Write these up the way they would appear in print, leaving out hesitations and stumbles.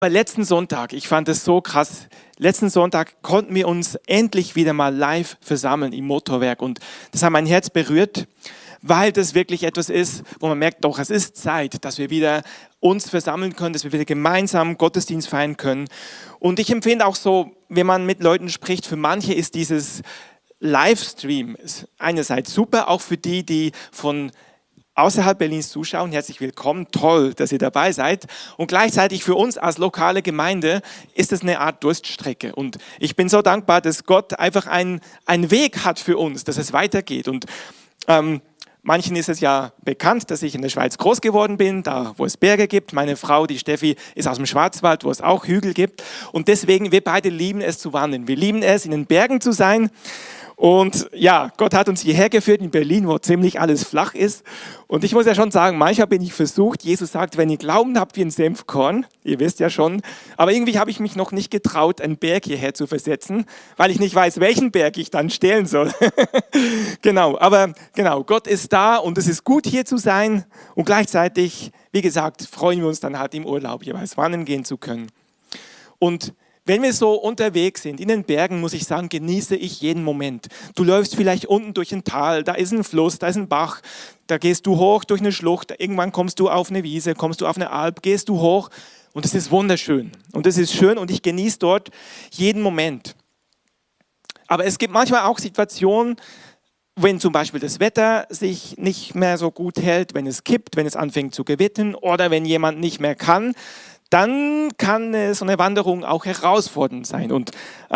Letzten Sonntag, ich fand es so krass, letzten Sonntag konnten wir uns endlich wieder mal live versammeln im Motorwerk und das hat mein Herz berührt, weil das wirklich etwas ist, wo man merkt, doch, es ist Zeit, dass wir wieder uns versammeln können, dass wir wieder gemeinsam Gottesdienst feiern können. Und ich empfinde auch so, wenn man mit Leuten spricht, für manche ist dieses Livestream einerseits super, auch für die, die von außerhalb Berlins zuschauen, herzlich willkommen, toll, dass ihr dabei seid. Und gleichzeitig für uns als lokale Gemeinde ist es eine Art Durststrecke. Und ich bin so dankbar, dass Gott einfach einen Weg hat für uns, dass es weitergeht. Und manchen ist es ja bekannt, dass ich in der Schweiz groß geworden bin, da wo es Berge gibt. Meine Frau, die Steffi, ist aus dem Schwarzwald, wo es auch Hügel gibt. Und deswegen, wir beide lieben es zu wandern. Wir lieben es, in den Bergen zu sein. Und ja, Gott hat uns hierher geführt in Berlin, wo ziemlich alles flach ist. Und ich muss ja schon sagen, manchmal bin ich versucht, Jesus sagt, wenn ihr Glauben habt wie ein Senfkorn, ihr wisst ja schon, aber irgendwie habe ich mich noch nicht getraut, einen Berg hierher zu versetzen, weil ich nicht weiß, welchen Berg ich dann stehlen soll. Aber Gott ist da und es ist gut, hier zu sein. Und gleichzeitig, wie gesagt, freuen wir uns dann halt im Urlaub jeweils wandern gehen zu können. Und wenn wir so unterwegs sind in den Bergen, muss ich sagen, genieße ich jeden Moment. Du läufst vielleicht unten durch ein Tal, da ist ein Fluss, da ist ein Bach, da gehst du hoch durch eine Schlucht, irgendwann kommst du auf eine Wiese, kommst du auf eine Alp, gehst du hoch und es ist wunderschön. Und es ist schön und ich genieße dort jeden Moment. Aber es gibt manchmal auch Situationen, wenn zum Beispiel das Wetter sich nicht mehr so gut hält, wenn es kippt, wenn es anfängt zu gewittern oder wenn jemand nicht mehr kann, dann kann so eine Wanderung auch herausfordernd sein. Und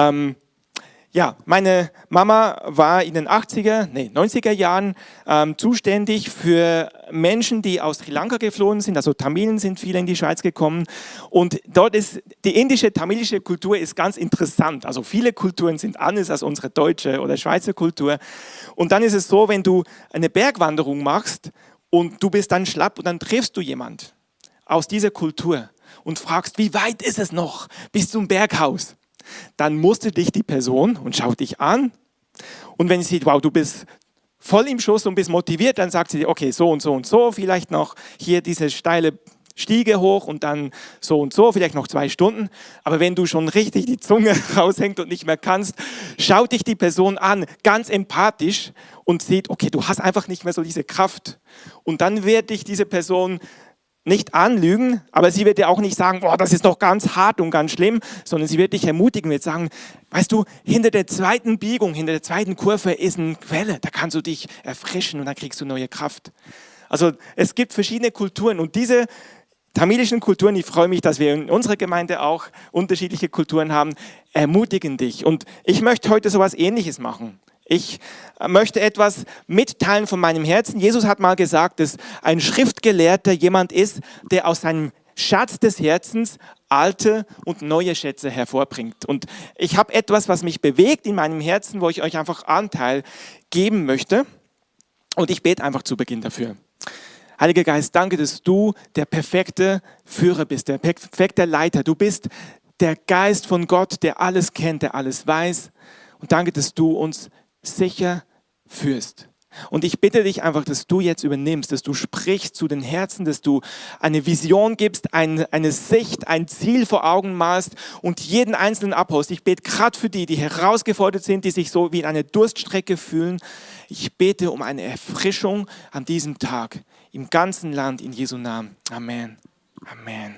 meine Mama war in den 90er Jahren zuständig für Menschen, die aus Sri Lanka geflohen sind. Also Tamilen sind viele in die Schweiz gekommen. Und dort ist die indische, tamilische Kultur ist ganz interessant. Also viele Kulturen sind anders als unsere deutsche oder Schweizer Kultur. Und dann ist es so, wenn du eine Bergwanderung machst und du bist dann schlapp und dann triffst du jemand aus dieser Kultur und fragst, wie weit ist es noch bis zum Berghaus? Dann mustert dich die Person und schaut dich an. Und wenn sie sieht, wow, du bist voll im Schuss und bist motiviert, dann sagt sie dir, okay, so und so und so, vielleicht noch hier diese steile Stiege hoch und dann so und so, vielleicht noch 2 Stunden. Aber wenn du schon richtig die Zunge raushängt und nicht mehr kannst, schaut dich die Person an, ganz empathisch und sieht, okay, du hast einfach nicht mehr so diese Kraft. Und dann wird dich diese Person nicht anlügen, aber sie wird dir auch nicht sagen, boah, das ist doch ganz hart und ganz schlimm, sondern sie wird dich ermutigen, wird sagen, weißt du, hinter der zweiten Biegung, hinter der zweiten Kurve ist eine Quelle, da kannst du dich erfrischen und dann kriegst du neue Kraft. Also es gibt verschiedene Kulturen und diese tamilischen Kulturen, ich freue mich, dass wir in unserer Gemeinde auch unterschiedliche Kulturen haben, ermutigen dich. Und ich möchte heute sowas Ähnliches machen. Ich möchte etwas mitteilen von meinem Herzen. Jesus hat mal gesagt, dass ein Schriftgelehrter jemand ist, der aus seinem Schatz des Herzens alte und neue Schätze hervorbringt. Und ich habe etwas, was mich bewegt in meinem Herzen, wo ich euch einfach Anteil geben möchte. Und ich bete einfach zu Beginn dafür. Heiliger Geist, danke, dass du der perfekte Führer bist, der perfekte Leiter. Du bist der Geist von Gott, der alles kennt, der alles weiß. Und danke, dass du uns sicher führst. Und ich bitte dich einfach, dass du jetzt übernimmst, dass du sprichst zu den Herzen, dass du eine Vision gibst, eine Sicht, ein Ziel vor Augen malst und jeden Einzelnen abholst. Ich bete gerade für die herausgefordert sind, die sich so wie in einer Durststrecke fühlen. Ich bete um eine Erfrischung an diesem Tag im ganzen Land in Jesu Namen. Amen. Amen.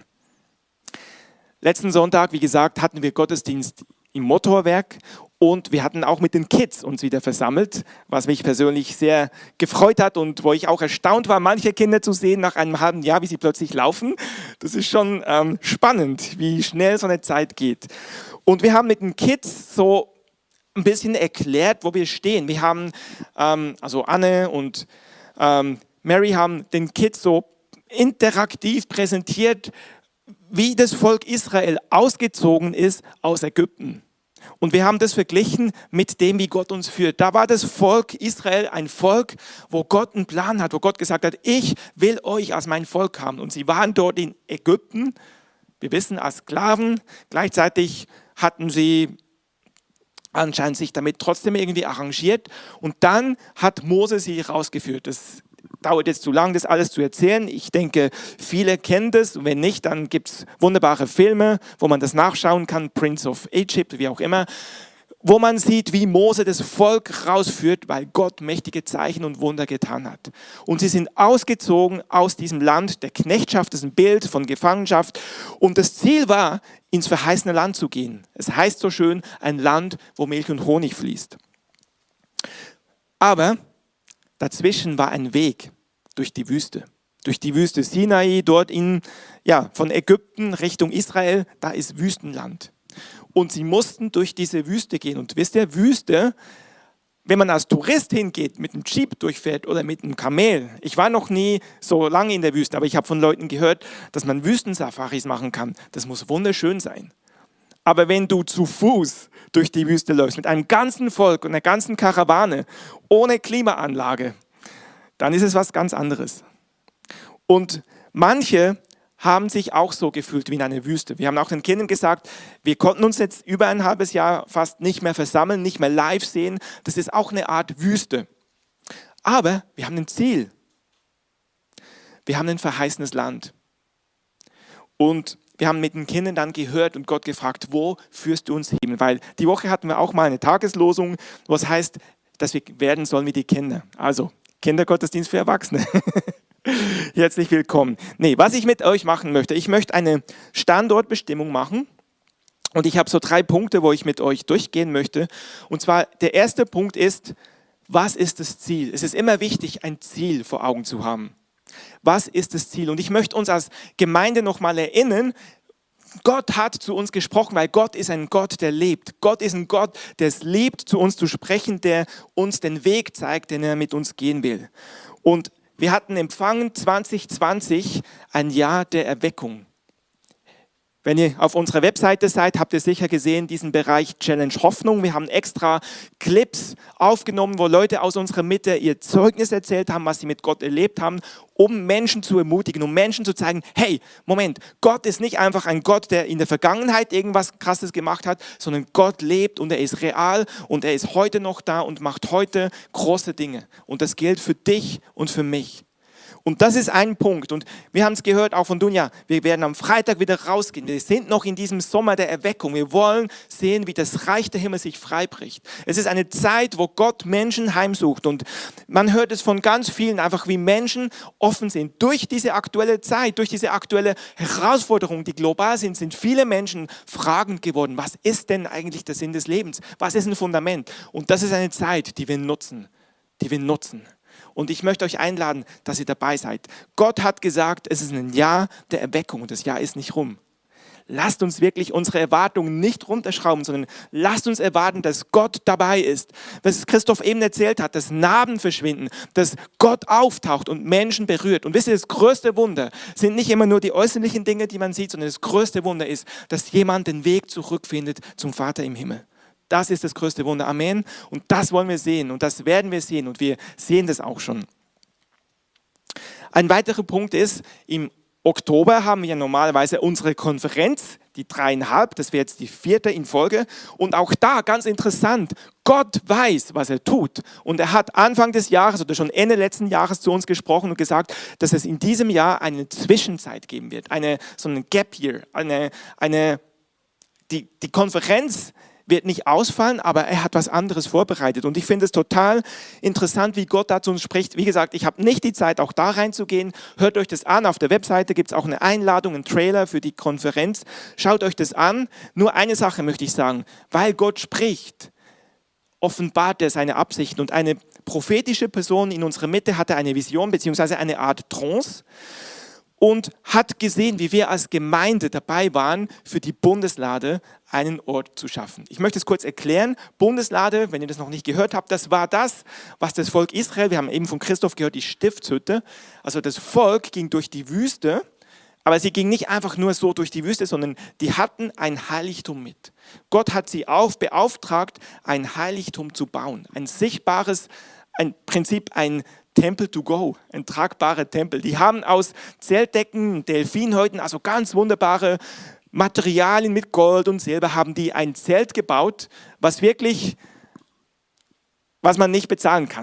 Letzten Sonntag, wie gesagt, hatten wir Gottesdienst im Motorwerk und wir hatten auch mit den Kids uns wieder versammelt, was mich persönlich sehr gefreut hat und wo ich auch erstaunt war, manche Kinder zu sehen nach einem halben Jahr, wie sie plötzlich laufen. Das ist schon spannend, wie schnell so eine Zeit geht. Und wir haben mit den Kids so ein bisschen erklärt, wo wir stehen. Wir haben, also Anne und Mary haben den Kids so interaktiv präsentiert, wie das Volk Israel ausgezogen ist aus Ägypten. Und wir haben das verglichen mit dem, wie Gott uns führt. Da war das Volk Israel ein Volk, wo Gott einen Plan hat, wo Gott gesagt hat, ich will euch als mein Volk haben. Und sie waren dort in Ägypten, wir wissen, als Sklaven. Gleichzeitig hatten sie anscheinend sich damit trotzdem irgendwie arrangiert. Und dann hat Mose sie rausgeführt. Das dauert jetzt zu lang, das alles zu erzählen. Ich denke, viele kennen das. Und wenn nicht, dann gibt es wunderbare Filme, wo man das nachschauen kann. Prince of Egypt, wie auch immer. Wo man sieht, wie Mose das Volk rausführt, weil Gott mächtige Zeichen und Wunder getan hat. Und sie sind ausgezogen aus diesem Land der Knechtschaft, das ist ein Bild von Gefangenschaft. Und das Ziel war, ins verheißene Land zu gehen. Es heißt so schön, ein Land, wo Milch und Honig fließt. Aber dazwischen war ein Weg durch die Wüste. Durch die Wüste Sinai, dort von Ägypten Richtung Israel, da ist Wüstenland. Und sie mussten durch diese Wüste gehen. Und wisst ihr, Wüste, wenn man als Tourist hingeht, mit einem Jeep durchfährt oder mit einem Kamel. Ich war noch nie so lange in der Wüste, aber ich habe von Leuten gehört, dass man Wüstensafaris machen kann. Das muss wunderschön sein. Aber wenn du zu Fuß durch die Wüste läufst, mit einem ganzen Volk und einer ganzen Karawane, ohne Klimaanlage, dann ist es was ganz anderes. Und manche haben sich auch so gefühlt wie in einer Wüste. Wir haben auch den Kindern gesagt, wir konnten uns jetzt über ein halbes Jahr fast nicht mehr versammeln, nicht mehr live sehen. Das ist auch eine Art Wüste. Aber wir haben ein Ziel. Wir haben ein verheißenes Land. Und wir haben mit den Kindern dann gehört und Gott gefragt, wo führst du uns hin? Weil die Woche hatten wir auch mal eine Tageslosung, was heißt, dass wir werden sollen wie die Kinder. Also Kindergottesdienst für Erwachsene. Herzlich willkommen. Was ich mit euch machen möchte, ich möchte eine Standortbestimmung machen und ich habe so 3 Punkte, wo ich mit euch durchgehen möchte. Und zwar der erste Punkt ist, was ist das Ziel? Es ist immer wichtig, ein Ziel vor Augen zu haben. Was ist das Ziel? Und ich möchte uns als Gemeinde nochmal erinnern, Gott hat zu uns gesprochen, weil Gott ist ein Gott, der lebt. Gott ist ein Gott, der es liebt, zu uns zu sprechen, der uns den Weg zeigt, den er mit uns gehen will. Und wir hatten empfangen 2020 ein Jahr der Erweckung. Wenn ihr auf unserer Webseite seid, habt ihr sicher gesehen, diesen Bereich Challenge Hoffnung. Wir haben extra Clips aufgenommen, wo Leute aus unserer Mitte ihr Zeugnis erzählt haben, was sie mit Gott erlebt haben, um Menschen zu ermutigen, um Menschen zu zeigen, hey, Moment, Gott ist nicht einfach ein Gott, der in der Vergangenheit irgendwas Krasses gemacht hat, sondern Gott lebt und er ist real und er ist heute noch da und macht heute große Dinge. Und das gilt für dich und für mich. Und das ist ein Punkt. Und wir haben es gehört auch von Dunja, wir werden am Freitag wieder rausgehen. Wir sind noch in diesem Sommer der Erweckung. Wir wollen sehen, wie das Reich der Himmel sich freibricht. Es ist eine Zeit, wo Gott Menschen heimsucht. Und man hört es von ganz vielen, einfach wie Menschen offen sind. Durch diese aktuelle Zeit, durch diese aktuelle Herausforderung, die global sind viele Menschen fragend geworden. Was ist denn eigentlich der Sinn des Lebens? Was ist ein Fundament? Und das ist eine Zeit, die wir nutzen. Und ich möchte euch einladen, dass ihr dabei seid. Gott hat gesagt, es ist ein Jahr der Erweckung und das Jahr ist nicht rum. Lasst uns wirklich unsere Erwartungen nicht runterschrauben, sondern lasst uns erwarten, dass Gott dabei ist. Was Christoph eben erzählt hat, dass Narben verschwinden, dass Gott auftaucht und Menschen berührt. Und wisst ihr, das größte Wunder sind nicht immer nur die äußerlichen Dinge, die man sieht, sondern das größte Wunder ist, dass jemand den Weg zurückfindet zum Vater im Himmel. Das ist das größte Wunder. Amen. Und das wollen wir sehen und das werden wir sehen und wir sehen das auch schon. Ein weiterer Punkt ist, im Oktober haben wir normalerweise unsere Konferenz, die 3,5, das wäre jetzt die 4. in Folge. Und auch da, ganz interessant, Gott weiß, was er tut. Und er hat Anfang des Jahres oder schon Ende letzten Jahres zu uns gesprochen und gesagt, dass es in diesem Jahr eine Zwischenzeit geben wird, so ein Gap Year, die Konferenz wird nicht ausfallen, aber er hat was anderes vorbereitet. Und ich finde es total interessant, wie Gott da zu uns spricht. Wie gesagt, ich habe nicht die Zeit, auch da reinzugehen. Hört euch das an. Auf der Webseite gibt es auch eine Einladung, einen Trailer für die Konferenz. Schaut euch das an. Nur eine Sache möchte ich sagen. Weil Gott spricht, offenbart er seine Absichten. Und eine prophetische Person in unserer Mitte hatte eine Vision, beziehungsweise eine Art Trance. Und hat gesehen, wie wir als Gemeinde dabei waren, für die Bundeslade einen Ort zu schaffen. Ich möchte es kurz erklären. Bundeslade, wenn ihr das noch nicht gehört habt, das war das, was das Volk Israel, wir haben eben von Christoph gehört, die Stiftshütte, also das Volk ging durch die Wüste, aber sie ging nicht einfach nur so durch die Wüste, sondern die hatten ein Heiligtum mit. Gott hat sie beauftragt, ein Heiligtum zu bauen, ein sichtbares, ein Prinzip, ein Temple to go, ein tragbarer Tempel. Die haben aus Zeltdecken, Delfinhäuten, also ganz wunderbare Materialien mit Gold und Silber, haben die ein Zelt gebaut, was man nicht bezahlen kann.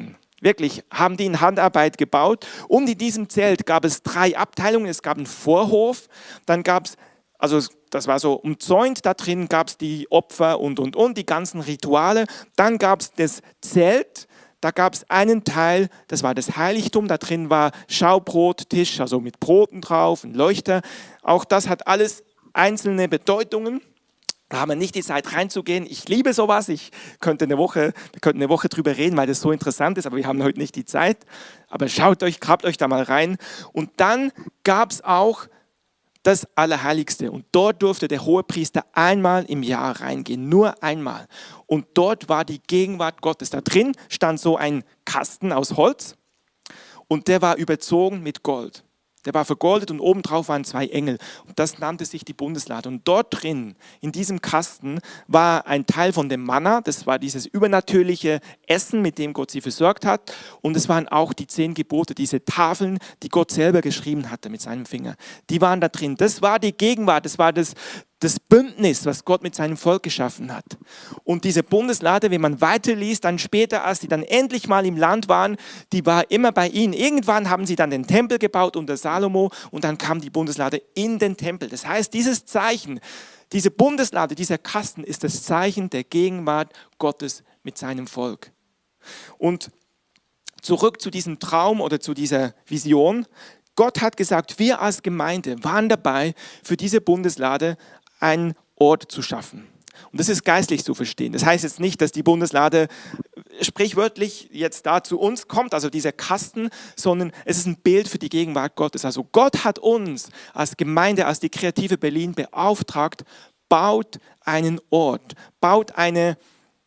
Wirklich, haben die in Handarbeit gebaut. Und in diesem Zelt gab es 3 Abteilungen. Es gab einen Vorhof, dann gab es, also das war so umzäunt, da drin gab es die Opfer und, die ganzen Rituale. Dann gab es das Zelt, da gab es einen Teil, das war das Heiligtum, da drin war Schaubrottisch, also mit Broten drauf, ein Leuchter. Auch das hat alles einzelne Bedeutungen. Da haben wir nicht die Zeit reinzugehen. Ich liebe sowas. Wir könnten eine Woche drüber reden, weil das so interessant ist, aber wir haben heute nicht die Zeit. Aber grabt euch da mal rein. Und dann gab es auch das Allerheiligste. Und dort durfte der Hohepriester einmal im Jahr reingehen, nur einmal. Und dort war die Gegenwart Gottes. Da drin stand so ein Kasten aus Holz und der war überzogen mit Gold. Der war vergoldet und obendrauf waren 2 Engel. Und das nannte sich die Bundeslade. Und dort drin, in diesem Kasten, war ein Teil von dem Manna. Das war dieses übernatürliche Essen, mit dem Gott sie versorgt hat. Und es waren auch die 10 Gebote, diese Tafeln, die Gott selber geschrieben hatte mit seinem Finger. Die waren da drin. Das war die Gegenwart, das war das Bündnis, was Gott mit seinem Volk geschaffen hat. Und diese Bundeslade, wenn man weiterliest, dann später, als sie dann endlich mal im Land waren, die war immer bei ihnen. Irgendwann haben sie dann den Tempel gebaut unter Salomo und dann kam die Bundeslade in den Tempel. Das heißt, dieses Zeichen, diese Bundeslade, dieser Kasten ist das Zeichen der Gegenwart Gottes mit seinem Volk. Und zurück zu diesem Traum oder zu dieser Vision. Gott hat gesagt, wir als Gemeinde waren dabei, für diese Bundeslade einen Ort zu schaffen. Und das ist geistlich zu verstehen. Das heißt jetzt nicht, dass die Bundeslade sprichwörtlich jetzt da zu uns kommt, also dieser Kasten, sondern es ist ein Bild für die Gegenwart Gottes. Also Gott hat uns als Gemeinde, als die Kreative Berlin beauftragt, baut einen Ort, baut eine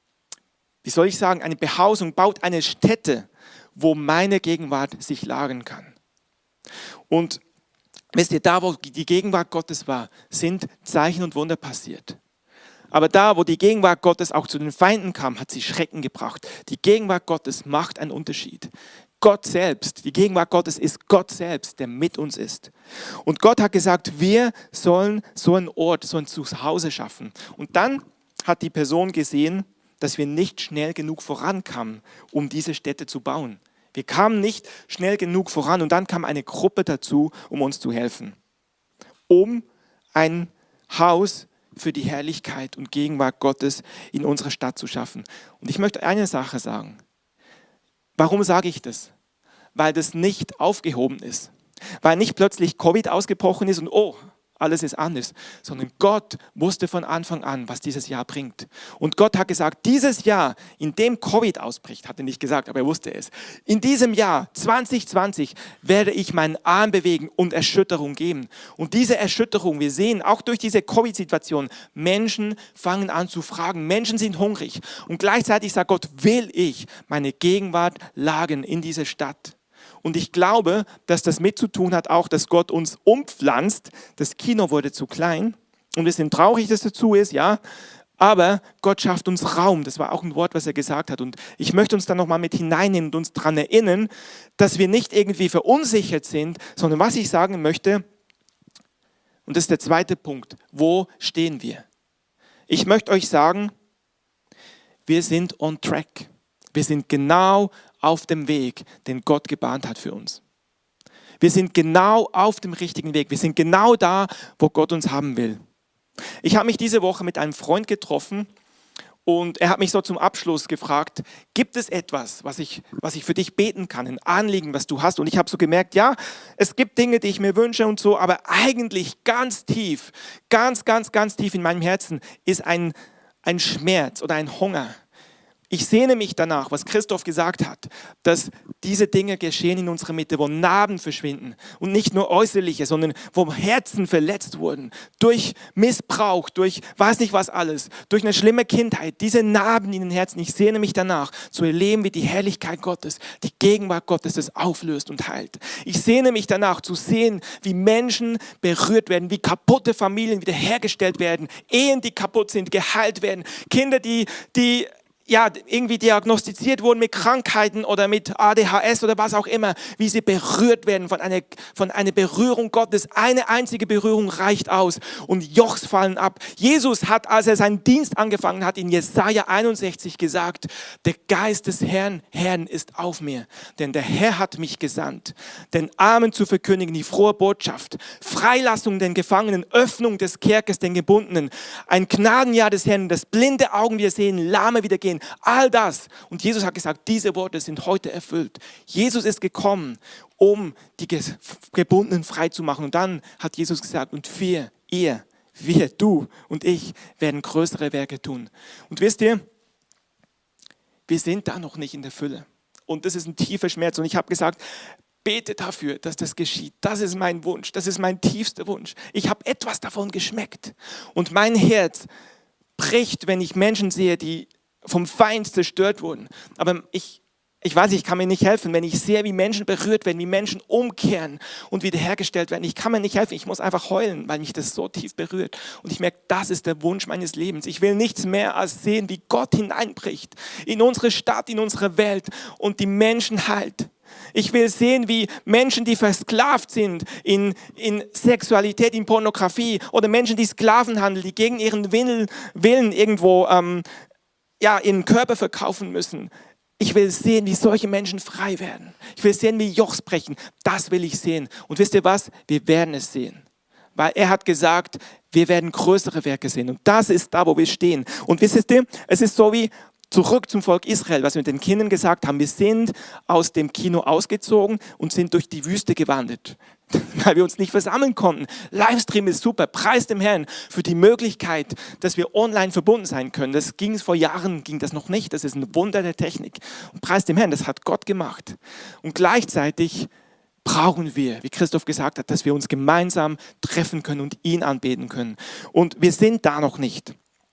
Behausung, baut eine Stätte, wo meine Gegenwart sich lagern kann. Und wisst ihr, da wo die Gegenwart Gottes war, sind Zeichen und Wunder passiert. Aber da, wo die Gegenwart Gottes auch zu den Feinden kam, hat sie Schrecken gebracht. Die Gegenwart Gottes macht einen Unterschied. Gott selbst, die Gegenwart Gottes ist Gott selbst, der mit uns ist. Und Gott hat gesagt, wir sollen so einen Ort, so ein Zuhause schaffen. Und dann hat die Person gesehen, dass wir nicht schnell genug vorankamen, um diese Stätte zu bauen. Wir kamen nicht schnell genug voran und dann kam eine Gruppe dazu, um uns zu helfen. Um ein Haus für die Herrlichkeit und Gegenwart Gottes in unserer Stadt zu schaffen. Und ich möchte eine Sache sagen. Warum sage ich das? Weil das nicht aufgehoben ist. Weil nicht plötzlich Covid ausgebrochen ist und alles ist anders, sondern Gott wusste von Anfang an, was dieses Jahr bringt. Und Gott hat gesagt, dieses Jahr, in dem Covid ausbricht, hat er nicht gesagt, aber er wusste es, in diesem Jahr 2020 werde ich meinen Arm bewegen und Erschütterung geben. Und diese Erschütterung, wir sehen auch durch diese Covid-Situation, Menschen fangen an zu fragen, Menschen sind hungrig. Und gleichzeitig sagt Gott, will ich meine Gegenwart lagern in dieser Stadt. Und ich glaube, dass das mit zu tun hat, auch, dass Gott uns umpflanzt. Das Kino wurde zu klein und wir sind traurig, dass es dazu ist, ja. Aber Gott schafft uns Raum. Das war auch ein Wort, was er gesagt hat. Und ich möchte uns da nochmal mit hineinnehmen und uns daran erinnern, dass wir nicht irgendwie verunsichert sind, sondern was ich sagen möchte, und das ist der zweite Punkt, wo stehen wir? Ich möchte euch sagen, wir sind on track. Wir sind genau auf dem Weg, den Gott gebahnt hat für uns. Wir sind genau auf dem richtigen Weg. Wir sind genau da, wo Gott uns haben will. Ich habe mich diese Woche mit einem Freund getroffen und er hat mich so zum Abschluss gefragt, gibt es etwas, was ich für dich beten kann, ein Anliegen, was du hast? Und ich habe so gemerkt, ja, es gibt Dinge, die ich mir wünsche und so, aber eigentlich ganz tief, ganz tief in meinem Herzen ist ein Schmerz oder ein Hunger. Ich sehne mich danach, was Christoph gesagt hat, dass diese Dinge geschehen in unserer Mitte, wo Narben verschwinden und nicht nur äußerliche, sondern wo Herzen verletzt wurden durch Missbrauch, durch weiß nicht was alles, durch eine schlimme Kindheit. Diese Narben in den Herzen, ich sehne mich danach, zu erleben, wie die Herrlichkeit Gottes, die Gegenwart Gottes das auflöst und heilt. Ich sehne mich danach, zu sehen, wie Menschen berührt werden, wie kaputte Familien wiederhergestellt werden, Ehen, die kaputt sind, geheilt werden, Kinder, die ja, irgendwie diagnostiziert wurden mit Krankheiten oder mit ADHS oder was auch immer, wie sie berührt werden von einer Berührung Gottes. Eine einzige Berührung reicht aus und Jochs fallen ab. Jesus hat, als er seinen Dienst angefangen hat, in Jesaja 61 gesagt, der Geist des Herrn ist auf mir, denn der Herr hat mich gesandt, den Armen zu verkündigen die frohe Botschaft, Freilassung den Gefangenen, Öffnung des Kerkers den Gebundenen, ein Gnadenjahr des Herrn, das blinde Augen wir sehen, Lahme wieder gehen, all das. Und Jesus hat gesagt, diese Worte sind heute erfüllt. Jesus ist gekommen, um die Gebundenen frei zu machen. Und dann hat Jesus gesagt, und wir, du und ich werden größere Werke tun. Und wisst ihr, wir sind da noch nicht in der Fülle. Und das ist ein tiefer Schmerz. Und ich habe gesagt, bete dafür, dass das geschieht. Das ist mein Wunsch. Das ist mein tiefster Wunsch. Ich habe etwas davon geschmeckt. Und mein Herz bricht, wenn ich Menschen sehe, die vom Feind zerstört wurden. Aber ich weiß, ich kann mir nicht helfen, wenn ich sehe, wie Menschen berührt werden, wie Menschen umkehren und wiederhergestellt werden. Ich kann mir nicht helfen, ich muss einfach heulen, weil mich das so tief berührt. Und ich merke, das ist der Wunsch meines Lebens. Ich will nichts mehr als sehen, wie Gott hineinbricht in unsere Stadt, in unsere Welt und die Menschen heilt. Ich will sehen, wie Menschen, die versklavt sind in Sexualität, in Pornografie oder Menschen, die Sklavenhandel, die gegen ihren Willen irgendwo ihren Körper verkaufen müssen. Ich will sehen, wie solche Menschen frei werden. Ich will sehen, wie Jochs brechen. Das will ich sehen. Und wisst ihr was? Wir werden es sehen. Weil er hat gesagt, wir werden größere Werke sehen. Und das ist da, wo wir stehen. Und wisst ihr, es ist so wie zurück zum Volk Israel, was wir mit den Kindern gesagt haben. Wir sind aus dem Kino ausgezogen und sind durch die Wüste gewandert, weil wir uns nicht versammeln konnten. Livestream ist super. Preis dem Herrn für die Möglichkeit, dass wir online verbunden sein können. Das ging vor Jahren, ging das noch nicht. Das ist ein Wunder der Technik. Und preis dem Herrn, das hat Gott gemacht. Und gleichzeitig brauchen wir, wie Christoph gesagt hat, dass wir uns gemeinsam treffen können und ihn anbeten können. Und wir sind da noch nicht.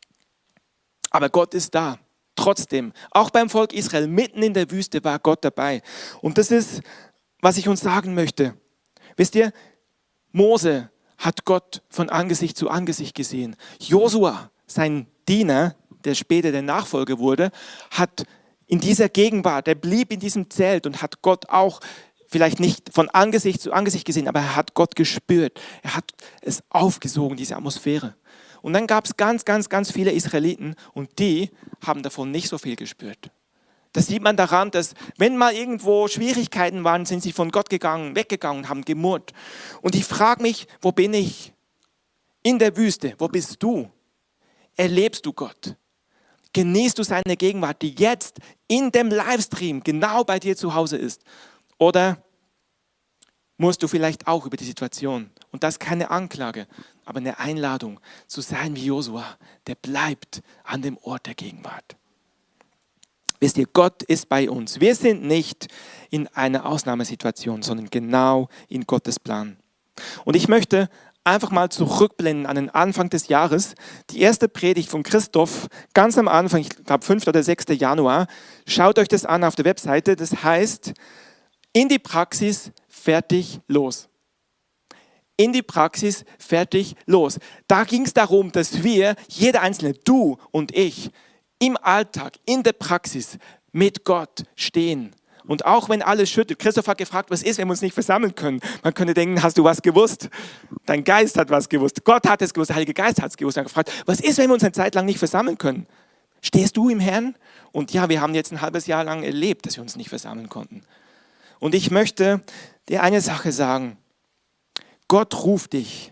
Aber Gott ist da. Trotzdem, auch beim Volk Israel, mitten in der Wüste war Gott dabei. Und das ist, was ich uns sagen möchte. Wisst ihr, Mose hat Gott von Angesicht zu Angesicht gesehen. Josua, sein Diener, der später der Nachfolger wurde, hat in dieser Gegenwart, er blieb in diesem Zelt und hat Gott auch vielleicht nicht von Angesicht zu Angesicht gesehen, aber er hat Gott gespürt. Er hat es aufgesogen, diese Atmosphäre. Und dann gab es ganz viele Israeliten und die haben davon nicht so viel gespürt. Das sieht man daran, dass wenn mal irgendwo Schwierigkeiten waren, sind sie von Gott weggegangen und haben gemurrt. Und ich frage mich, wo bin ich? In der Wüste, wo bist du? Erlebst du Gott? Genießt du seine Gegenwart, die jetzt in dem Livestream genau bei dir zu Hause ist? Oder musst du vielleicht auch über die Situation, und das ist keine Anklage, aber eine Einladung, zu sein wie Josua, der bleibt an dem Ort der Gegenwart. Wisst ihr, Gott ist bei uns. Wir sind nicht in einer Ausnahmesituation, sondern genau in Gottes Plan. Und ich möchte einfach mal zurückblenden an den Anfang des Jahres. Die erste Predigt von Christoph, ganz am Anfang, ich glaube 5. oder 6. Januar. Schaut euch das an auf der Webseite. Das heißt, in die Praxis, fertig, los. In die Praxis, fertig, los. Da ging es darum, dass wir, jeder Einzelne, du und ich, im Alltag, in der Praxis mit Gott stehen. Und auch wenn alles schüttelt. Christoph hat gefragt, was ist, wenn wir uns nicht versammeln können? Man könnte denken, hast du was gewusst? Dein Geist hat was gewusst. Gott hat es gewusst, der Heilige Geist hat es gewusst. Er hat gefragt, was ist, wenn wir uns eine Zeit lang nicht versammeln können? Stehst du im Herrn? Und ja, wir haben jetzt ein halbes Jahr lang erlebt, dass wir uns nicht versammeln konnten. Und ich möchte dir eine Sache sagen. Gott ruft dich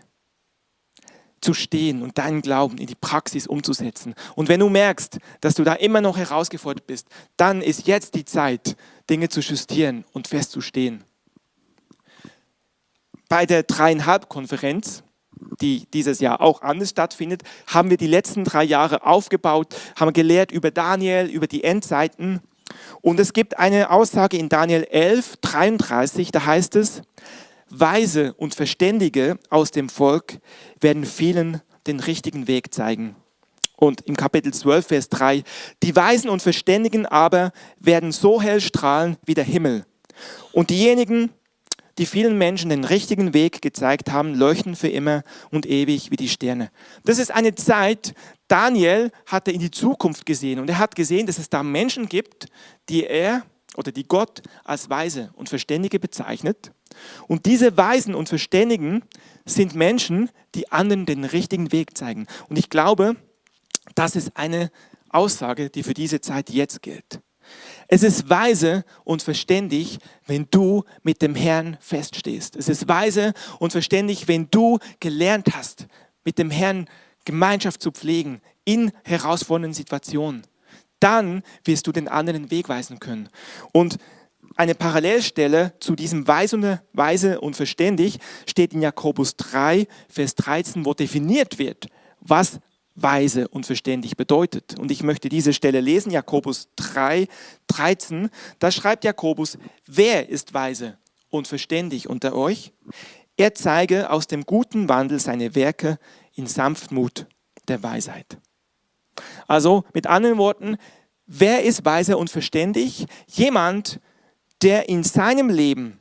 zu stehen und deinen Glauben in die Praxis umzusetzen. Und wenn du merkst, dass du da immer noch herausgefordert bist, dann ist jetzt die Zeit, Dinge zu justieren und festzustehen. Bei der 3,5-Konferenz, die dieses Jahr auch anders stattfindet, haben wir die letzten 3 Jahre aufgebaut, haben gelehrt über Daniel, über die Endzeiten. Und es gibt eine Aussage in Daniel 11,33, da heißt es, Weise und Verständige aus dem Volk werden vielen den richtigen Weg zeigen. Und im Kapitel 12, Vers 3, die Weisen und Verständigen aber werden so hell strahlen wie der Himmel. Und diejenigen, die vielen Menschen den richtigen Weg gezeigt haben, leuchten für immer und ewig wie die Sterne. Das ist eine Zeit, Daniel hatte in die Zukunft gesehen und er hat gesehen, dass es da Menschen gibt, die er oder die Gott als Weise und Verständige bezeichnet. Und diese Weisen und Verständigen sind Menschen, die anderen den richtigen Weg zeigen. Und ich glaube, das ist eine Aussage, die für diese Zeit jetzt gilt. Es ist weise und verständig, wenn du mit dem Herrn feststehst. Es ist weise und verständig, wenn du gelernt hast, mit dem Herrn Gemeinschaft zu pflegen in herausfordernden Situationen. Dann wirst du den anderen den Weg weisen können. Und eine Parallelstelle zu diesem weise und verständig steht in Jakobus 3, Vers 13, wo definiert wird, was weise und verständig bedeutet. Und ich möchte diese Stelle lesen, Jakobus 3, 13. Da schreibt Jakobus, wer ist weise und verständig unter euch? Er zeige aus dem guten Wandel seine Werke in Sanftmut der Weisheit. Also mit anderen Worten, wer ist weise und verständig? Jemand, der in seinem Leben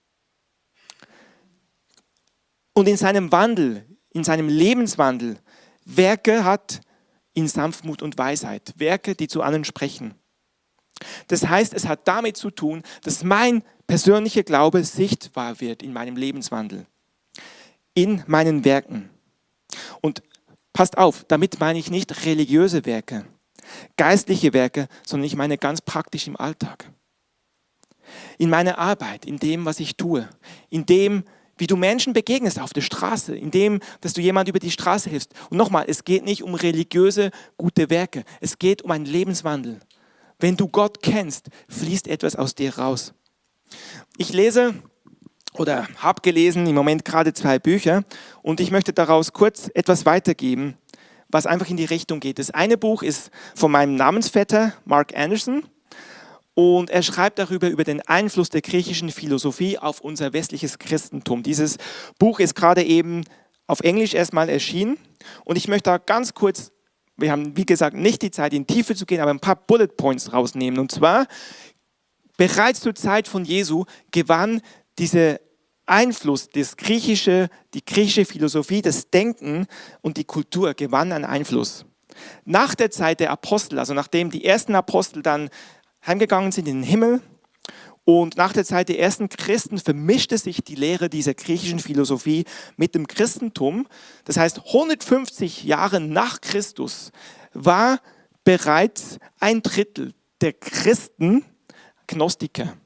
und in seinem Wandel, in seinem Lebenswandel Werke hat in Sanftmut und Weisheit. Werke, die zu anderen sprechen. Das heißt, es hat damit zu tun, dass mein persönlicher Glaube sichtbar wird in meinem Lebenswandel, in meinen Werken. Und passt auf, damit meine ich nicht religiöse Werke, geistliche Werke, sondern ich meine ganz praktisch im Alltag. In meiner Arbeit, in dem, was ich tue, in dem, wie du Menschen begegnest auf der Straße, in dem, dass du jemand über die Straße hilfst. Und nochmal, es geht nicht um religiöse, gute Werke. Es geht um einen Lebenswandel. Wenn du Gott kennst, fließt etwas aus dir raus. Ich lese oder habe gelesen im Moment gerade 2 Bücher und ich möchte daraus kurz etwas weitergeben, was einfach in die Richtung geht. Das eine Buch ist von meinem Namensvetter Mark Anderson. Und er schreibt darüber, über den Einfluss der griechischen Philosophie auf unser westliches Christentum. Dieses Buch ist gerade eben auf Englisch erstmal erschienen. Und ich möchte da ganz kurz, wir haben wie gesagt nicht die Zeit, in die Tiefe zu gehen, aber ein paar Bullet Points rausnehmen. Und zwar, bereits zur Zeit von Jesu gewann dieser Einfluss, die griechische Philosophie, das Denken und die Kultur gewann an Einfluss. Nach der Zeit der Apostel, also nachdem die ersten Apostel dann heimgegangen sind in den Himmel und nach der Zeit der ersten Christen vermischte sich die Lehre dieser griechischen Philosophie mit dem Christentum. Das heißt, 150 Jahre nach Christus war bereits 1/3 der Christen Gnostiker.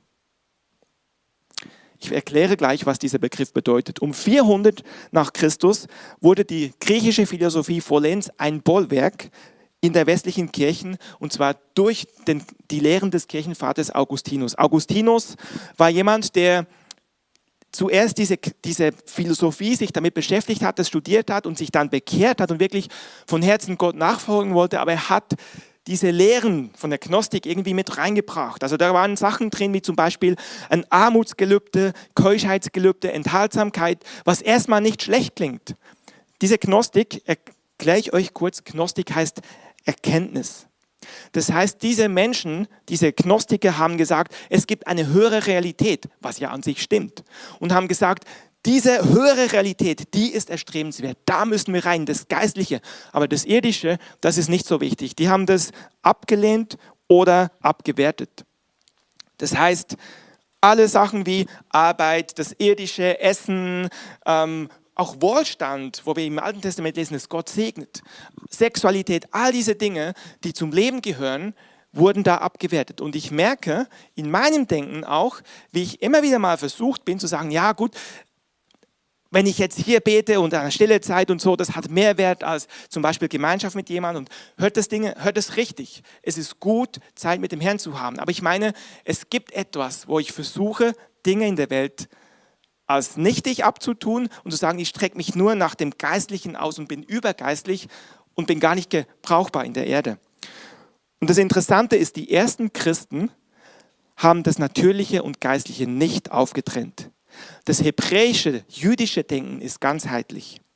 Ich erkläre gleich, was dieser Begriff bedeutet. Um 400 nach Christus wurde die griechische Philosophie vollends ein Bollwerk in der westlichen Kirchen, und zwar durch die Lehren des Kirchenvaters Augustinus. Augustinus war jemand, der zuerst diese Philosophie sich damit beschäftigt hat, das studiert hat und sich dann bekehrt hat und wirklich von Herzen Gott nachfolgen wollte, aber er hat diese Lehren von der Gnostik irgendwie mit reingebracht. Also da waren Sachen drin, wie zum Beispiel ein Armutsgelübde, Keuschheitsgelübde, Enthaltsamkeit, was erstmal nicht schlecht klingt. Diese Gnostik, erkläre ich euch kurz, Gnostik heißt Erkenntnis. Das heißt, diese Menschen, diese Gnostiker haben gesagt, es gibt eine höhere Realität, was ja an sich stimmt. Und haben gesagt, diese höhere Realität, die ist erstrebenswert. Da müssen wir rein, das Geistliche. Aber das Irdische, das ist nicht so wichtig. Die haben das abgelehnt oder abgewertet. Das heißt, alle Sachen wie Arbeit, das irdische Essen, auch Wohlstand, wo wir im Alten Testament lesen, dass Gott segnet, Sexualität, all diese Dinge, die zum Leben gehören, wurden da abgewertet. Und ich merke in meinem Denken auch, wie ich immer wieder mal versucht bin zu sagen, ja gut, wenn ich jetzt hier bete und eine stille Zeit und so, das hat mehr Wert als zum Beispiel Gemeinschaft mit jemandem. Und hört das richtig. Es ist gut, Zeit mit dem Herrn zu haben. Aber ich meine, es gibt etwas, wo ich versuche, Dinge in der Welt als nichtig abzutun und zu sagen, ich strecke mich nur nach dem Geistlichen aus und bin übergeistlich und bin gar nicht gebrauchbar in der Erde. Und das Interessante ist, die ersten Christen haben das Natürliche und Geistliche nicht aufgetrennt. Das hebräische, jüdische Denken ist ganzheitlich.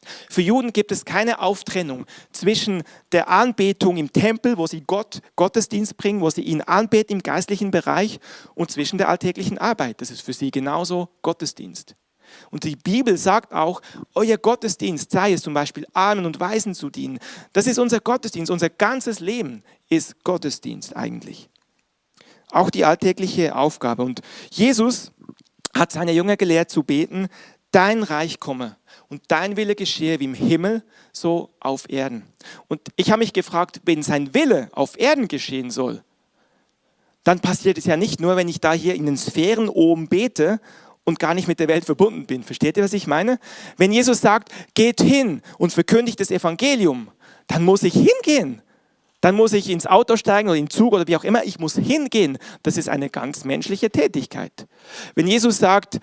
Für Juden gibt es keine Auftrennung zwischen der Anbetung im Tempel, wo sie Gottesdienst bringen, wo sie ihn anbeten im geistlichen Bereich, und zwischen der alltäglichen Arbeit. Das ist für sie genauso Gottesdienst. Und die Bibel sagt auch, euer Gottesdienst sei es zum Beispiel, Armen und Waisen zu dienen. Das ist unser Gottesdienst, unser ganzes Leben ist Gottesdienst eigentlich. Auch die alltägliche Aufgabe. Und Jesus hat seine Jünger gelehrt zu beten, dein Reich komme und dein Wille geschehe wie im Himmel, so auf Erden. Und ich habe mich gefragt, wenn sein Wille auf Erden geschehen soll, dann passiert es ja nicht nur, wenn ich da hier in den Sphären oben bete und gar nicht mit der Welt verbunden bin. Versteht ihr, was ich meine? Wenn Jesus sagt, geht hin und verkündigt das Evangelium, dann muss ich hingehen. Dann muss ich ins Auto steigen oder in den Zug oder wie auch immer. Ich muss hingehen. Das ist eine ganz menschliche Tätigkeit. Wenn Jesus sagt,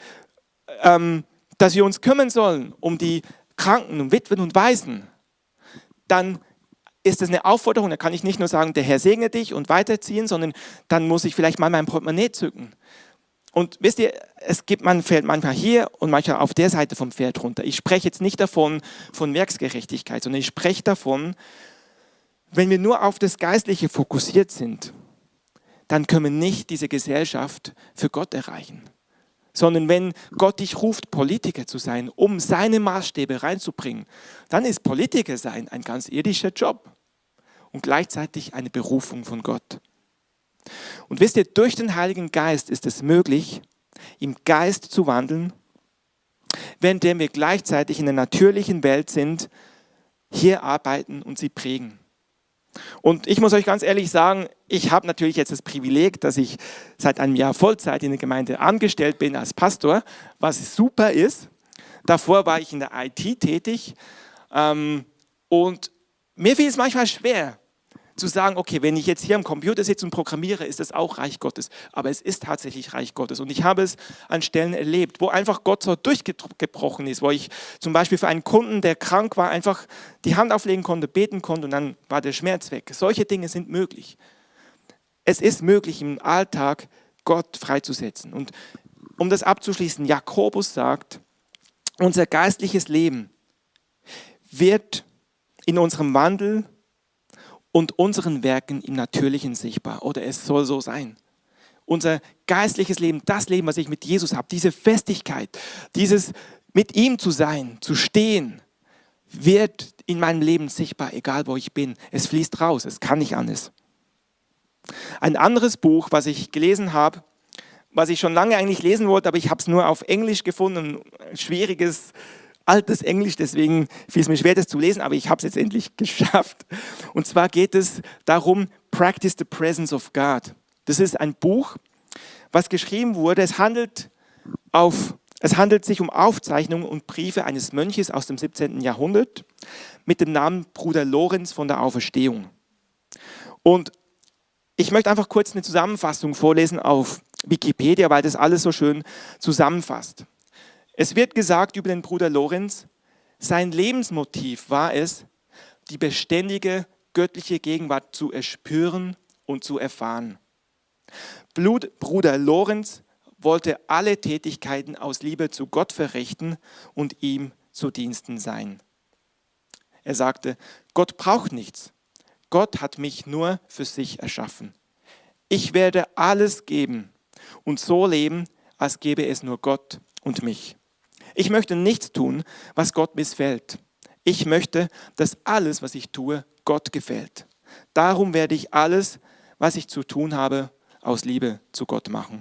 dass wir uns kümmern sollen um die Kranken und Witwen und Waisen, dann ist das eine Aufforderung. Da kann ich nicht nur sagen, der Herr segne dich und weiterziehen, sondern dann muss ich vielleicht mal mein Portemonnaie zücken. Und wisst ihr, man fällt manchmal hier und manchmal auf der Seite vom Pferd runter. Ich spreche jetzt nicht davon von Werksgerechtigkeit, sondern ich spreche davon, wenn wir nur auf das Geistliche fokussiert sind, dann können wir nicht diese Gesellschaft für Gott erreichen. Sondern wenn Gott dich ruft, Politiker zu sein, um seine Maßstäbe reinzubringen, dann ist Politiker sein ein ganz irdischer Job und gleichzeitig eine Berufung von Gott. Und wisst ihr, durch den Heiligen Geist ist es möglich, im Geist zu wandeln, während wir gleichzeitig in der natürlichen Welt sind, hier arbeiten und sie prägen. Und ich muss euch ganz ehrlich sagen, ich habe natürlich jetzt das Privileg, dass ich seit einem Jahr Vollzeit in der Gemeinde angestellt bin als Pastor, was super ist. Davor war ich in der IT tätig und mir fiel es manchmal schwer zu sagen, okay, wenn ich jetzt hier am Computer sitze und programmiere, ist das auch Reich Gottes. Aber es ist tatsächlich Reich Gottes. Und ich habe es an Stellen erlebt, wo einfach Gott so durchgebrochen ist, wo ich zum Beispiel für einen Kunden, der krank war, einfach die Hand auflegen konnte, beten konnte und dann war der Schmerz weg. Solche Dinge sind möglich. Es ist möglich, im Alltag Gott freizusetzen. Und um das abzuschließen, Jakobus sagt, unser geistliches Leben wird in unserem Wandel und unseren Werken im Natürlichen sichtbar. Oder es soll so sein. Unser geistliches Leben, das Leben, was ich mit Jesus habe, diese Festigkeit, dieses mit ihm zu sein, zu stehen, wird in meinem Leben sichtbar, egal wo ich bin. Es fließt raus, es kann nicht anders. Ein anderes Buch, was ich gelesen habe, was ich schon lange eigentlich lesen wollte, aber ich habe es nur auf Englisch gefunden, ein schwieriges altes Englisch, deswegen fiel es mir schwer, das zu lesen, aber ich habe es jetzt endlich geschafft. Und zwar geht es darum, Practice the Presence of God. Das ist ein Buch, was geschrieben wurde. Es handelt sich um Aufzeichnungen und Briefe eines Mönches aus dem 17. Jahrhundert mit dem Namen Bruder Lorenz von der Auferstehung. Und ich möchte einfach kurz eine Zusammenfassung vorlesen auf Wikipedia, weil das alles so schön zusammenfasst. Es wird gesagt über den Bruder Lorenz, sein Lebensmotiv war es, die beständige göttliche Gegenwart zu erspüren und zu erfahren. Bruder Lorenz wollte alle Tätigkeiten aus Liebe zu Gott verrichten und ihm zu Diensten sein. Er sagte, Gott braucht nichts. Gott hat mich nur für sich erschaffen. Ich werde alles geben und so leben, als gäbe es nur Gott und mich. Ich möchte nichts tun, was Gott missfällt. Ich möchte, dass alles, was ich tue, Gott gefällt. Darum werde ich alles, was ich zu tun habe, aus Liebe zu Gott machen.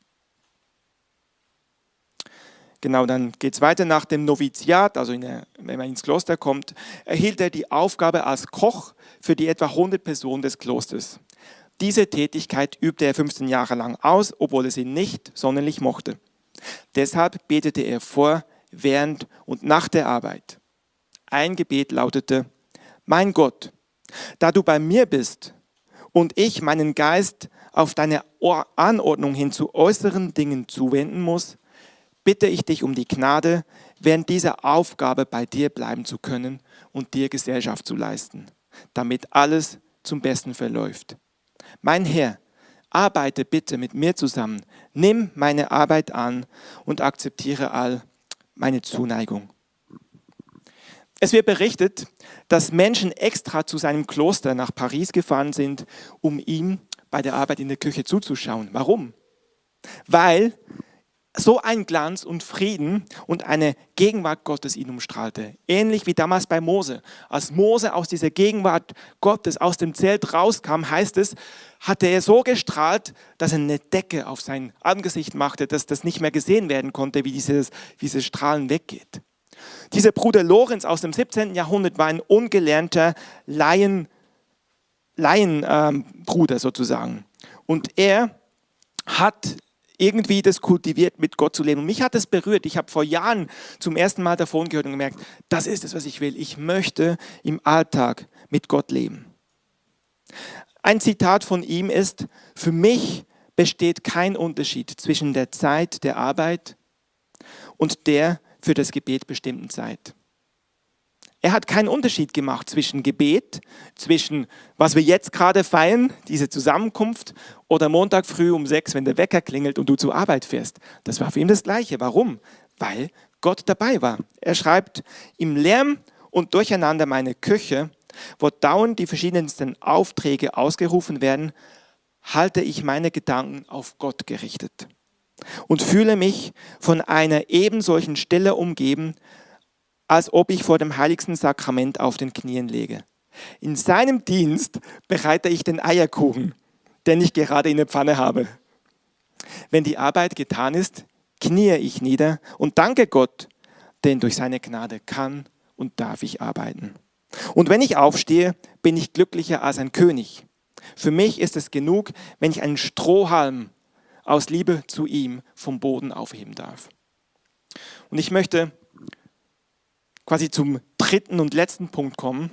Genau, dann geht es weiter nach dem Noviziat, also wenn man ins Kloster kommt, erhielt er die Aufgabe als Koch für die etwa 100 Personen des Klosters. Diese Tätigkeit übte er 15 Jahre lang aus, obwohl er sie nicht sonderlich mochte. Deshalb betete er vor, während und nach der Arbeit. Ein Gebet lautete, mein Gott, da du bei mir bist und ich meinen Geist auf deine Anordnung hin zu äußeren Dingen zuwenden muss, bitte ich dich um die Gnade, während dieser Aufgabe bei dir bleiben zu können und dir Gesellschaft zu leisten, damit alles zum Besten verläuft. Mein Herr, arbeite bitte mit mir zusammen, nimm meine Arbeit an und akzeptiere all meine Zuneigung. Es wird berichtet, dass Menschen extra zu seinem Kloster nach Paris gefahren sind, um ihm bei der Arbeit in der Küche zuzuschauen. Warum? Weil so ein Glanz und Frieden und eine Gegenwart Gottes ihn umstrahlte. Ähnlich wie damals bei Mose. Als Mose aus dieser Gegenwart Gottes aus dem Zelt rauskam, heißt es, hatte er so gestrahlt, dass er eine Decke auf sein Angesicht machte, dass das nicht mehr gesehen werden konnte, wie dieses Strahlen weggeht. Dieser Bruder Lorenz aus dem 17. Jahrhundert war ein ungelernter Laienbruder sozusagen. Und er hat irgendwie das kultiviert, mit Gott zu leben. Und mich hat das berührt. Ich habe vor Jahren zum ersten Mal davon gehört und gemerkt, das ist es, was ich will. Ich möchte im Alltag mit Gott leben. Ein Zitat von ihm ist: Für mich besteht kein Unterschied zwischen der Zeit der Arbeit und der für das Gebet bestimmten Zeit. Er hat keinen Unterschied gemacht zwischen Gebet, zwischen was wir jetzt gerade feiern, diese Zusammenkunft, oder Montag früh um 6, wenn der Wecker klingelt und du zur Arbeit fährst. Das war für ihn das Gleiche. Warum? Weil Gott dabei war. Er schreibt: Im Lärm und Durcheinander meiner Küche, wo dauernd die verschiedensten Aufträge ausgerufen werden, halte ich meine Gedanken auf Gott gerichtet und fühle mich von einer ebensolchen Stille umgeben, als ob ich vor dem heiligsten Sakrament auf den Knien lege. In seinem Dienst bereite ich den Eierkuchen, den ich gerade in der Pfanne habe. Wenn die Arbeit getan ist, kniee ich nieder und danke Gott, denn durch seine Gnade kann und darf ich arbeiten. Und wenn ich aufstehe, bin ich glücklicher als ein König. Für mich ist es genug, wenn ich einen Strohhalm aus Liebe zu ihm vom Boden aufheben darf. Und ich möchte quasi zum dritten und letzten Punkt kommen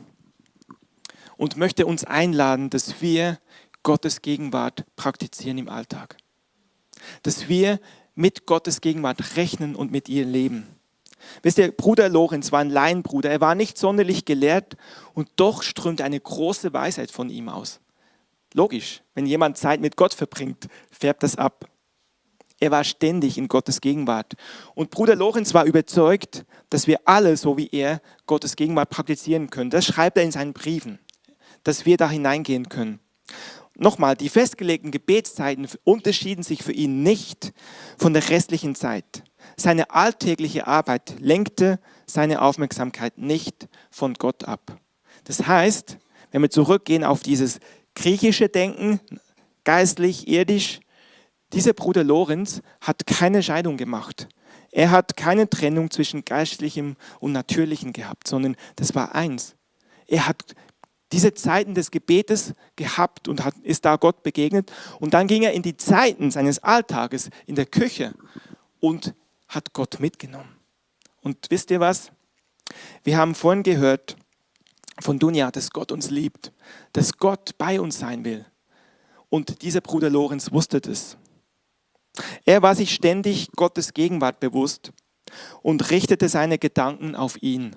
und möchte uns einladen, dass wir Gottes Gegenwart praktizieren im Alltag. Dass wir mit Gottes Gegenwart rechnen und mit ihr leben. Wisst ihr, Bruder Lorenz war ein Laienbruder. Er war nicht sonderlich gelehrt und doch strömte eine große Weisheit von ihm aus. Logisch, wenn jemand Zeit mit Gott verbringt, färbt das ab. Er war ständig in Gottes Gegenwart. Und Bruder Lorenz war überzeugt, dass wir alle, so wie er, Gottes Gegenwart praktizieren können. Das schreibt er in seinen Briefen, dass wir da hineingehen können. Nochmal, die festgelegten Gebetszeiten unterschieden sich für ihn nicht von der restlichen Zeit. Seine alltägliche Arbeit lenkte seine Aufmerksamkeit nicht von Gott ab. Das heißt, wenn wir zurückgehen auf dieses griechische Denken, geistlich, irdisch, dieser Bruder Lorenz hat keine Scheidung gemacht. Er hat keine Trennung zwischen Geistlichem und Natürlichem gehabt, sondern das war eins. Er hat diese Zeiten des Gebetes gehabt und ist da Gott begegnet. Und dann ging er in die Zeiten seines Alltages in der Küche und hat Gott mitgenommen. Und wisst ihr was? Wir haben vorhin gehört von Dunja, dass Gott uns liebt, dass Gott bei uns sein will. Und dieser Bruder Lorenz wusste das. Er war sich ständig Gottes Gegenwart bewusst und richtete seine Gedanken auf ihn.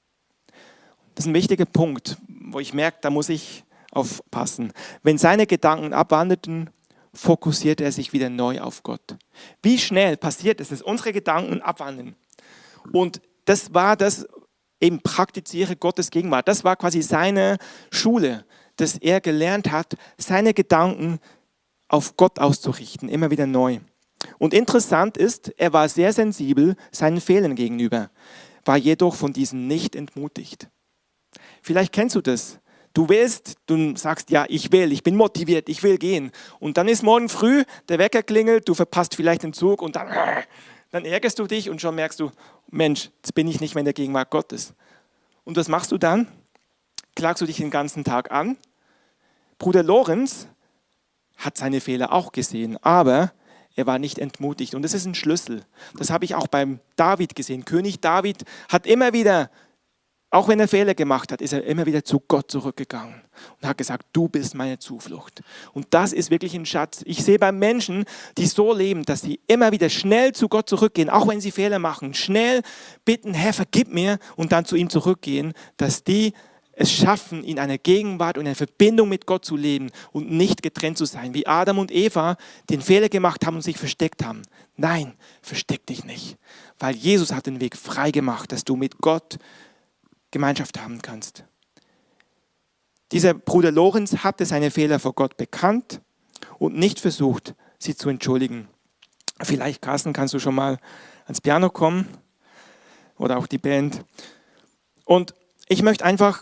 Das ist ein wichtiger Punkt, wo ich merke, da muss ich aufpassen. Wenn seine Gedanken abwanderten, fokussierte er sich wieder neu auf Gott. Wie schnell passiert es, dass unsere Gedanken abwandern? Und das war das, eben praktiziere Gottes Gegenwart. Das war quasi seine Schule, dass er gelernt hat, seine Gedanken auf Gott auszurichten, immer wieder neu. Und interessant ist, er war sehr sensibel seinen Fehlern gegenüber, war jedoch von diesen nicht entmutigt. Vielleicht kennst du das. Du sagst, ja, ich bin motiviert, ich will gehen. Und dann ist morgen früh, der Wecker klingelt, du verpasst vielleicht den Zug und dann ärgerst du dich und schon merkst du, Mensch, jetzt bin ich nicht mehr in der Gegenwart Gottes. Und was machst du dann? Klagst du dich den ganzen Tag an? Bruder Lorenz hat seine Fehler auch gesehen, aber er war nicht entmutigt. Und das ist ein Schlüssel. Das habe ich auch beim David gesehen. König David hat immer wieder, auch wenn er Fehler gemacht hat, ist er immer wieder zu Gott zurückgegangen und hat gesagt, du bist meine Zuflucht. Und das ist wirklich ein Schatz. Ich sehe bei Menschen, die so leben, dass sie immer wieder schnell zu Gott zurückgehen, auch wenn sie Fehler machen, schnell bitten, Herr, vergib mir und dann zu ihm zurückgehen, dass die es schaffen, in einer Gegenwart und einer Verbindung mit Gott zu leben und nicht getrennt zu sein, wie Adam und Eva den Fehler gemacht haben und sich versteckt haben. Nein, versteck dich nicht, weil Jesus hat den Weg frei gemacht, dass du mit Gott Gemeinschaft haben kannst. Dieser Bruder Lorenz hatte seine Fehler vor Gott bekannt und nicht versucht, sie zu entschuldigen. Vielleicht, Carsten, kannst du schon mal ans Piano kommen oder auch die Band. Und ich möchte einfach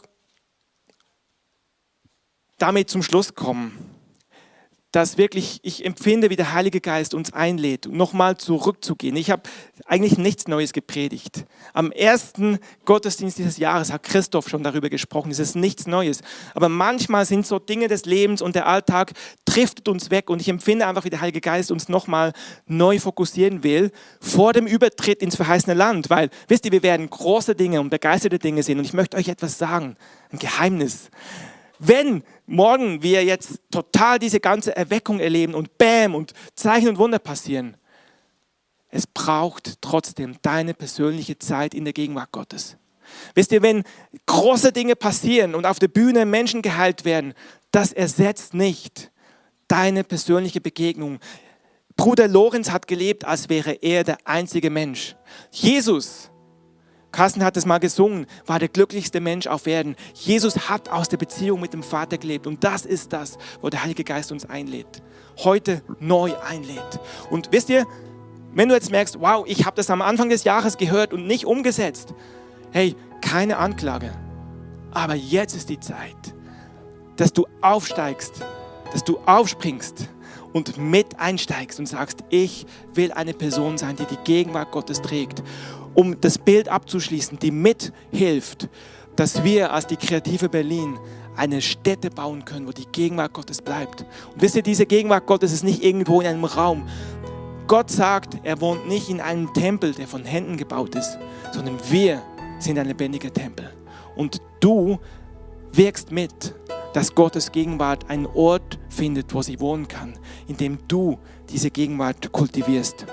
damit zum Schluss kommen, dass wirklich, ich empfinde, wie der Heilige Geist uns einlädt, nochmal zurückzugehen. Ich habe eigentlich nichts Neues gepredigt. Am ersten Gottesdienst dieses Jahres hat Christoph schon darüber gesprochen. Es ist nichts Neues. Aber manchmal sind so Dinge des Lebens und der Alltag driftet uns weg. Und ich empfinde einfach, wie der Heilige Geist uns nochmal neu fokussieren will vor dem Übertritt ins verheißene Land. Weil, wisst ihr, wir werden große Dinge und begeisterte Dinge sehen. Und ich möchte euch etwas sagen, ein Geheimnis. Wenn morgen wir jetzt total diese ganze Erweckung erleben und Bäm und Zeichen und Wunder passieren, es braucht trotzdem deine persönliche Zeit in der Gegenwart Gottes. Wisst ihr, wenn große Dinge passieren und auf der Bühne Menschen geheilt werden, das ersetzt nicht deine persönliche Begegnung. Bruder Lorenz hat gelebt, als wäre er der einzige Mensch. Jesus, Carsten hat es mal gesungen, war der glücklichste Mensch auf Erden. Jesus hat aus der Beziehung mit dem Vater gelebt. Und das ist das, wo der Heilige Geist uns einlädt. Heute neu einlädt. Und wisst ihr, wenn du jetzt merkst, wow, ich habe das am Anfang des Jahres gehört und nicht umgesetzt. Hey, keine Anklage. Aber jetzt ist die Zeit, dass du aufsteigst, dass du aufspringst und mit einsteigst und sagst, ich will eine Person sein, die die Gegenwart Gottes trägt. Um das Bild abzuschließen, die mithilft, dass wir als die Kreative Berlin eine Stätte bauen können, wo die Gegenwart Gottes bleibt. Und wisst ihr, diese Gegenwart Gottes ist nicht irgendwo in einem Raum. Gott sagt, er wohnt nicht in einem Tempel, der von Händen gebaut ist, sondern wir sind ein lebendiger Tempel. Und du wirkst mit, dass Gottes Gegenwart einen Ort findet, wo sie wohnen kann, indem du diese Gegenwart kultivierst.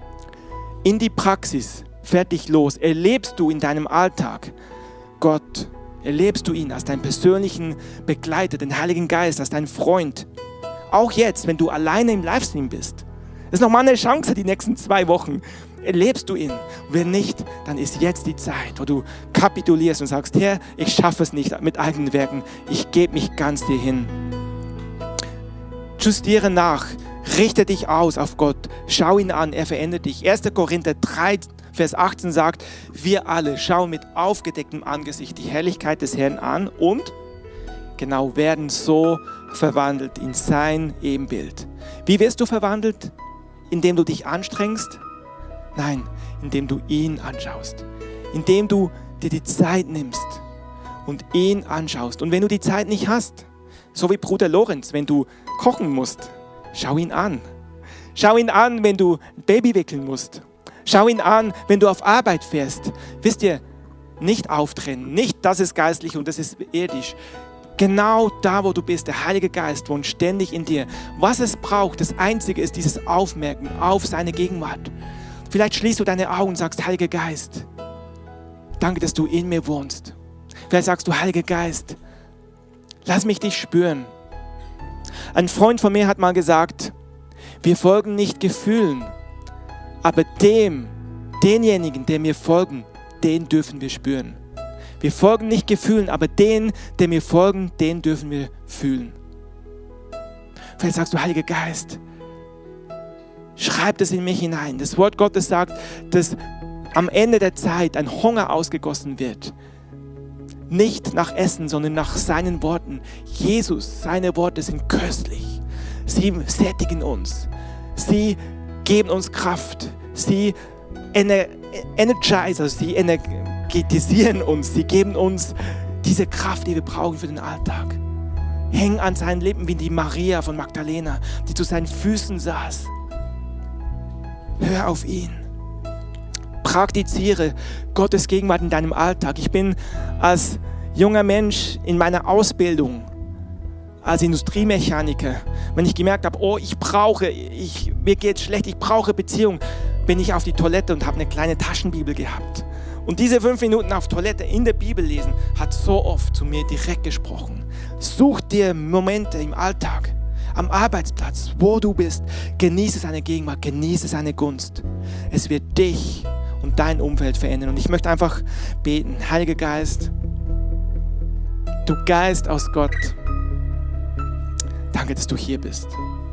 In die Praxis fertig los. Erlebst du in deinem Alltag Gott? Erlebst du ihn als deinen persönlichen Begleiter, den Heiligen Geist, als deinen Freund? Auch jetzt, wenn du alleine im Livestream bist. Das ist nochmal eine Chance, die nächsten 2 Wochen. Erlebst du ihn? Und wenn nicht, dann ist jetzt die Zeit, wo du kapitulierst und sagst, Herr, ich schaffe es nicht mit eigenen Werken. Ich gebe mich ganz dir hin. Justiere nach. Richte dich aus auf Gott. Schau ihn an, er verändert dich. 1. Korinther 3, Vers 18 sagt, wir alle schauen mit aufgedecktem Angesicht die Herrlichkeit des Herrn an und genau werden so verwandelt in sein Ebenbild. Wie wirst du verwandelt? Indem du dich anstrengst? Nein, indem du ihn anschaust. Indem du dir die Zeit nimmst und ihn anschaust. Und wenn du die Zeit nicht hast, so wie Bruder Lorenz, wenn du kochen musst, schau ihn an. Schau ihn an, wenn du ein Baby wickeln musst. Schau ihn an, wenn du auf Arbeit fährst. Wisst ihr, nicht auftrennen, nicht das ist geistlich und das ist irdisch. Genau da, wo du bist, der Heilige Geist wohnt ständig in dir. Was es braucht, das Einzige ist dieses Aufmerken auf seine Gegenwart. Vielleicht schließt du deine Augen und sagst, Heiliger Geist, danke, dass du in mir wohnst. Vielleicht sagst du, Heiliger Geist, lass mich dich spüren. Ein Freund von mir hat mal gesagt, wir folgen nicht Gefühlen, aber denjenigen, der mir folgen, den dürfen wir spüren. Wir folgen nicht Gefühlen, aber den, der mir folgen, den dürfen wir fühlen. Vielleicht sagst du, Heiliger Geist, schreib das in mich hinein. Das Wort Gottes sagt, dass am Ende der Zeit ein Hunger ausgegossen wird. Nicht nach Essen, sondern nach seinen Worten. Jesus, seine Worte sind köstlich. Sie sättigen uns. Sie geben uns Kraft. Sie energisieren, sie energetisieren uns. Sie geben uns diese Kraft, die wir brauchen für den Alltag. Häng an seinen Lippen wie die Maria von Magdalena, die zu seinen Füßen saß. Hör auf ihn. Praktiziere Gottes Gegenwart in deinem Alltag. Ich bin als junger Mensch in meiner Ausbildung als Industriemechaniker, wenn ich gemerkt habe, mir geht's schlecht, ich brauche Beziehung, bin ich auf die Toilette und habe eine kleine Taschenbibel gehabt. Und diese 5 Minuten auf Toilette in der Bibel lesen, hat so oft zu mir direkt gesprochen. Such dir Momente im Alltag, am Arbeitsplatz, wo du bist, genieße seine Gegenwart, genieße seine Gunst. Es wird dich und dein Umfeld verändern. Und ich möchte einfach beten, Heiliger Geist, Du Geist aus Gott, danke, dass du hier bist.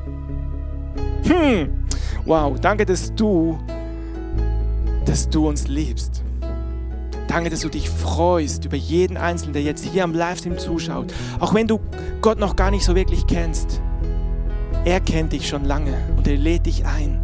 Wow, danke, dass du uns liebst. Danke, dass du dich freust über jeden Einzelnen, der jetzt hier am Livestream zuschaut. Auch wenn du Gott noch gar nicht so wirklich kennst. Er kennt dich schon lange und er lädt dich ein.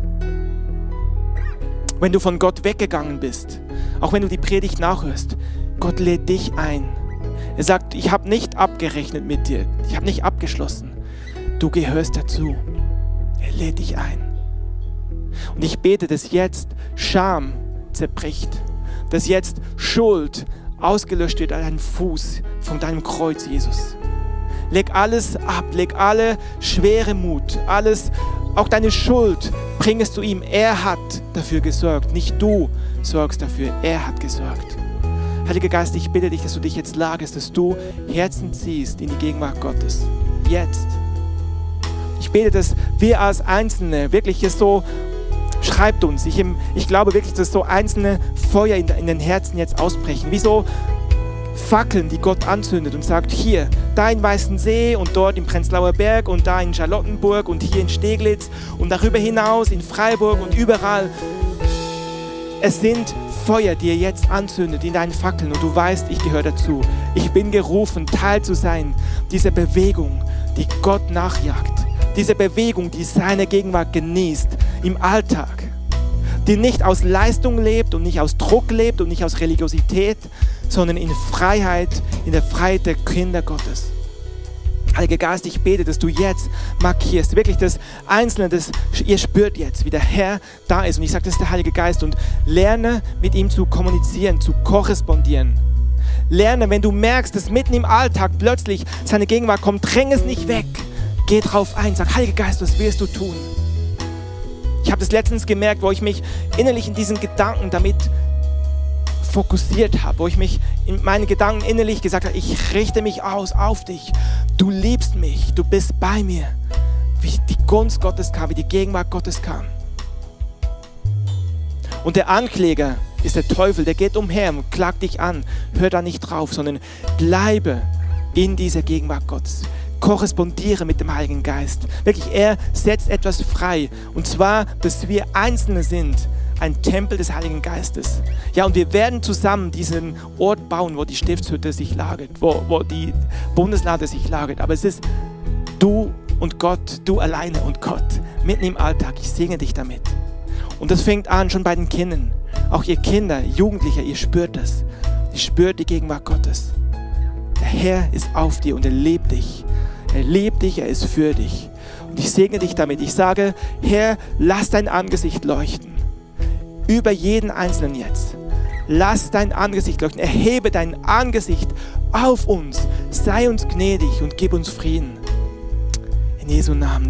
Wenn du von Gott weggegangen bist, auch wenn du die Predigt nachhörst, Gott lädt dich ein. Er sagt, ich habe nicht abgerechnet mit dir, ich habe nicht abgeschlossen. Du gehörst dazu. Er lädt dich ein. Und ich bete, dass jetzt Scham zerbricht, dass jetzt Schuld ausgelöscht wird an deinem Fuß von deinem Kreuz, Jesus. Leg alles ab, leg alle schwere Mut, alles, auch deine Schuld, bring es zu ihm. Er hat dafür gesorgt, nicht du sorgst dafür, er hat gesorgt. Heiliger Geist, ich bitte dich, dass du dich jetzt lagerst, dass du Herzen ziehst in die Gegenwart Gottes. Jetzt. Ich bete, dass wir als Einzelne wirklich so, schreibt uns, ich glaube wirklich, dass so einzelne Feuer in den Herzen jetzt ausbrechen, wie so Fackeln, die Gott anzündet und sagt, hier, da in Weißensee und dort im Prenzlauer Berg und da in Charlottenburg und hier in Steglitz und darüber hinaus in Freiburg und überall. Es sind Feuer, die er jetzt anzündet in deinen Fackeln und du weißt, ich gehöre dazu. Ich bin gerufen, Teil zu sein dieser Bewegung, die Gott nachjagt. Diese Bewegung, die seine Gegenwart genießt im Alltag, die nicht aus Leistung lebt und nicht aus Druck lebt und nicht aus Religiosität, sondern in Freiheit, in der Freiheit der Kinder Gottes. Heiliger Geist, ich bete, dass du jetzt markierst, wirklich das Einzelne, das ihr spürt jetzt, wie der Herr da ist. Und ich sage, das ist der Heilige Geist und lerne mit ihm zu kommunizieren, zu korrespondieren. Lerne, wenn du merkst, dass mitten im Alltag plötzlich seine Gegenwart kommt, dräng es nicht weg. Geh drauf ein, sag, Heiliger Geist, was willst du tun? Ich habe das letztens gemerkt, wo ich mich innerlich in diesen Gedanken damit fokussiert habe, wo ich mich in meinen Gedanken innerlich gesagt habe, ich richte mich aus auf dich. Du liebst mich, du bist bei mir. Wie die Gunst Gottes kam, wie die Gegenwart Gottes kam. Und der Ankläger ist der Teufel, der geht umher und klagt dich an. Hör da nicht drauf, sondern bleibe in dieser Gegenwart Gottes. Korrespondiere mit dem Heiligen Geist. Wirklich, er setzt etwas frei. Und zwar, dass wir Einzelne sind, ein Tempel des Heiligen Geistes. Ja, und wir werden zusammen diesen Ort bauen, wo die Stiftshütte sich lagert, wo die Bundeslade sich lagert. Aber es ist du und Gott, du alleine und Gott, mitten im Alltag. Ich segne dich damit. Und das fängt an schon bei den Kindern. Auch ihr Kinder, Jugendliche, ihr spürt das. Ihr spürt die Gegenwart Gottes. Der Herr ist auf dir und er liebt dich. Er liebt dich, er ist für dich. Und ich segne dich damit. Ich sage, Herr, lass dein Angesicht leuchten. Über jeden Einzelnen jetzt. Lass dein Angesicht leuchten. Erhebe dein Angesicht auf uns. Sei uns gnädig und gib uns Frieden. In Jesu Namen.